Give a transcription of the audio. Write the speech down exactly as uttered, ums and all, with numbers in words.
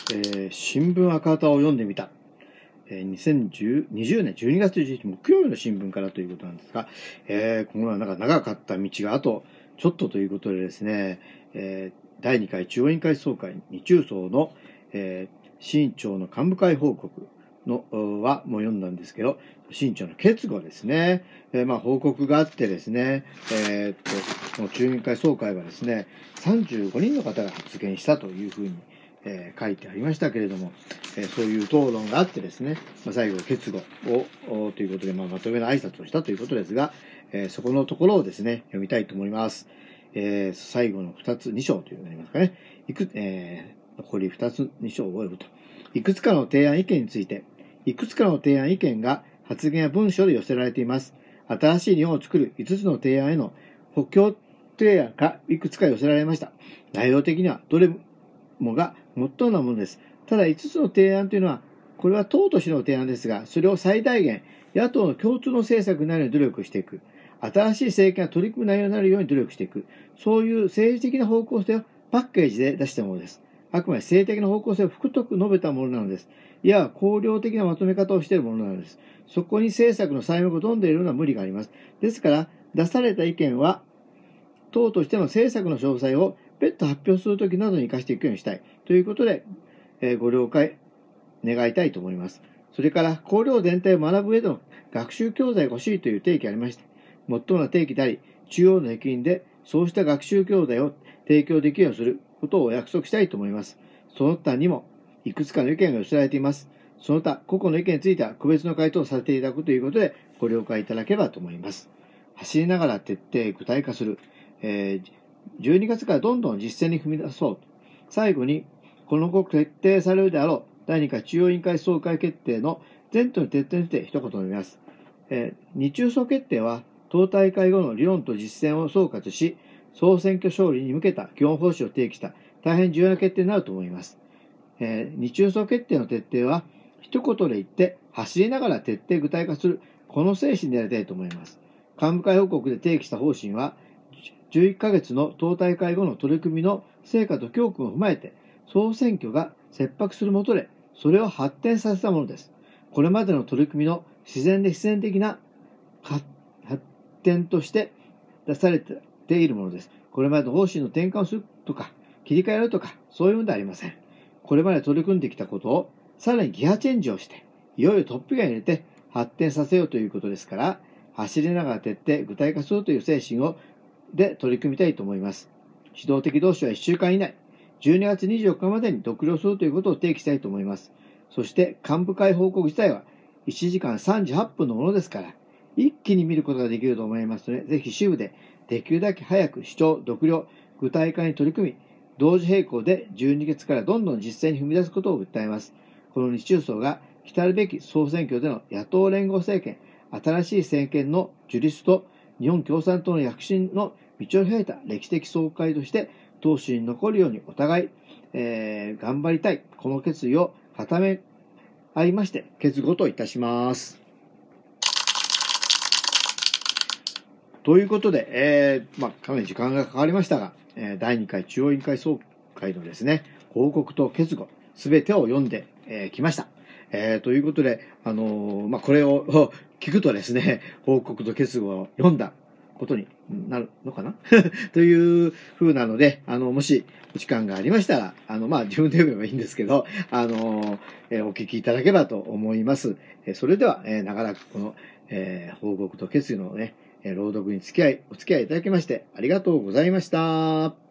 えー、新聞赤旗を読んでみた。えー、にせんにじゅうねんじゅうにがつじゅういちにち木曜日の新聞からということなんですが、えー、このなんか長かった道があとちょっとということでですね、えー、だいにかい中央委員会総会日中層の、えー、新庁の幹部会報告のはもう読んだんですけど、新庁の決語ですね、えー、まあ報告があってですね、えー、っとこの中央委員会総会はですね、さんじゅうごにんの方が発言したというふうにえー、書いてありましたけれども、えー、そういう討論があってですね、まあ、最後決語をということで、まあ、まとめの挨拶をしたということですが、えー、そこのところをですね読みたいと思います。えー、最後のふたつに章というのになりますかね。いく、えー、残りふたつに章を読むと、いくつかの提案意見について、いくつかの提案意見が発言や文書で寄せられています。新しい日本を作るいつつの提案への補強提案がいくつか寄せられました。内容的にはどれもが最もなものです。ただいつつの提案というのは、これは党としての提案ですが、それを最大限野党の共通の政策になるように努力していく。新しい政権が取り組む内容になるように努力していく。そういう政治的な方向性をパッケージで出したものです。あくまで政治的な方向性を太く述べたものなのです。いわば綱領的なまとめ方をしているものなのです。そこに政策の細目を富んでいるような無理があります。ですから、出された意見は、党としての政策の詳細を別途発表するときなどに生かしていくようにしたいということで、えー、ご了解願いたいと思います。それから、綱領全体を学ぶ上での学習教材が欲しいという提起がありまして、最もな提起であり、中央の責任でそうした学習教材を提供できるようにすることをお約束したいと思います。その他にも、いくつかの意見が寄せられています。その他、個々の意見については個別の回答をさせていただくということで、ご了解いただければと思います。走りながら徹底具体化する。えーじゅうにがつからどんどん実践に踏み出そう。最後に、この後決定されるであろうだいにかい中央委員会総会決定の前途に徹底について一言述べます。えー、日中総決定は、党大会後の理論と実践を総括し、総選挙勝利に向けた基本方針を提起した大変重要な決定になると思います。えー、日中総決定の徹底は、一言で言って走りながら徹底具体化する、この精神でやりたいと思います。幹部会報告で提起した方針は、じゅういっかげつの党大会後の取り組みの成果と教訓を踏まえて、総選挙が切迫するもとで、それを発展させたものです。これまでの取り組みの自然で必然的な発展として出されているものです。これまでの方針の転換をするとか、切り替えるとか、そういうのではありません。これまで取り組んできたことを、さらにギアチェンジをして、いよいよトップギアに入れて発展させようということですから、走りながら徹底、具体化するという精神をで取り組みたいと思います。指導的同士はいっしゅうかん以内、じゅうにがつにじゅうよっかまでに読了するということを提起したいと思います。そして幹部会報告自体はいちじかんさんじゅうはっぷんのものですから、一気に見ることができると思いますので、ぜひ支部でできるだけ早く主張、読了、具体化に取り組み、同時並行でじゅうにがつからどんどん実践に踏み出すことを訴えます。この日中層が来たるべき総選挙での野党連合政権、新しい政権の樹立と日本共産党の躍進の道を開いた歴史的総会として党首に残るようにお互い、えー、頑張りたい、この決意を固め合いまして決語といたします。ということで、えーまあ、かなり時間がかかりましたが、えー、だいにかい中央委員会総会のですね報告と決語すべてを読んでき、えー、ました。えー、ということで、あのーまあ、これを聞くとですね、報告と決語を読んだことになるのかなという風なので、あの、もしお時間がありましたら、あの、まあ、自分で読めばいいんですけど、あの、えー、お聞きいただければと思います。えー、それでは、えー、長らくこの、えー、報告と決意のね、朗読に付き合い、お付き合いいただきまして、ありがとうございました。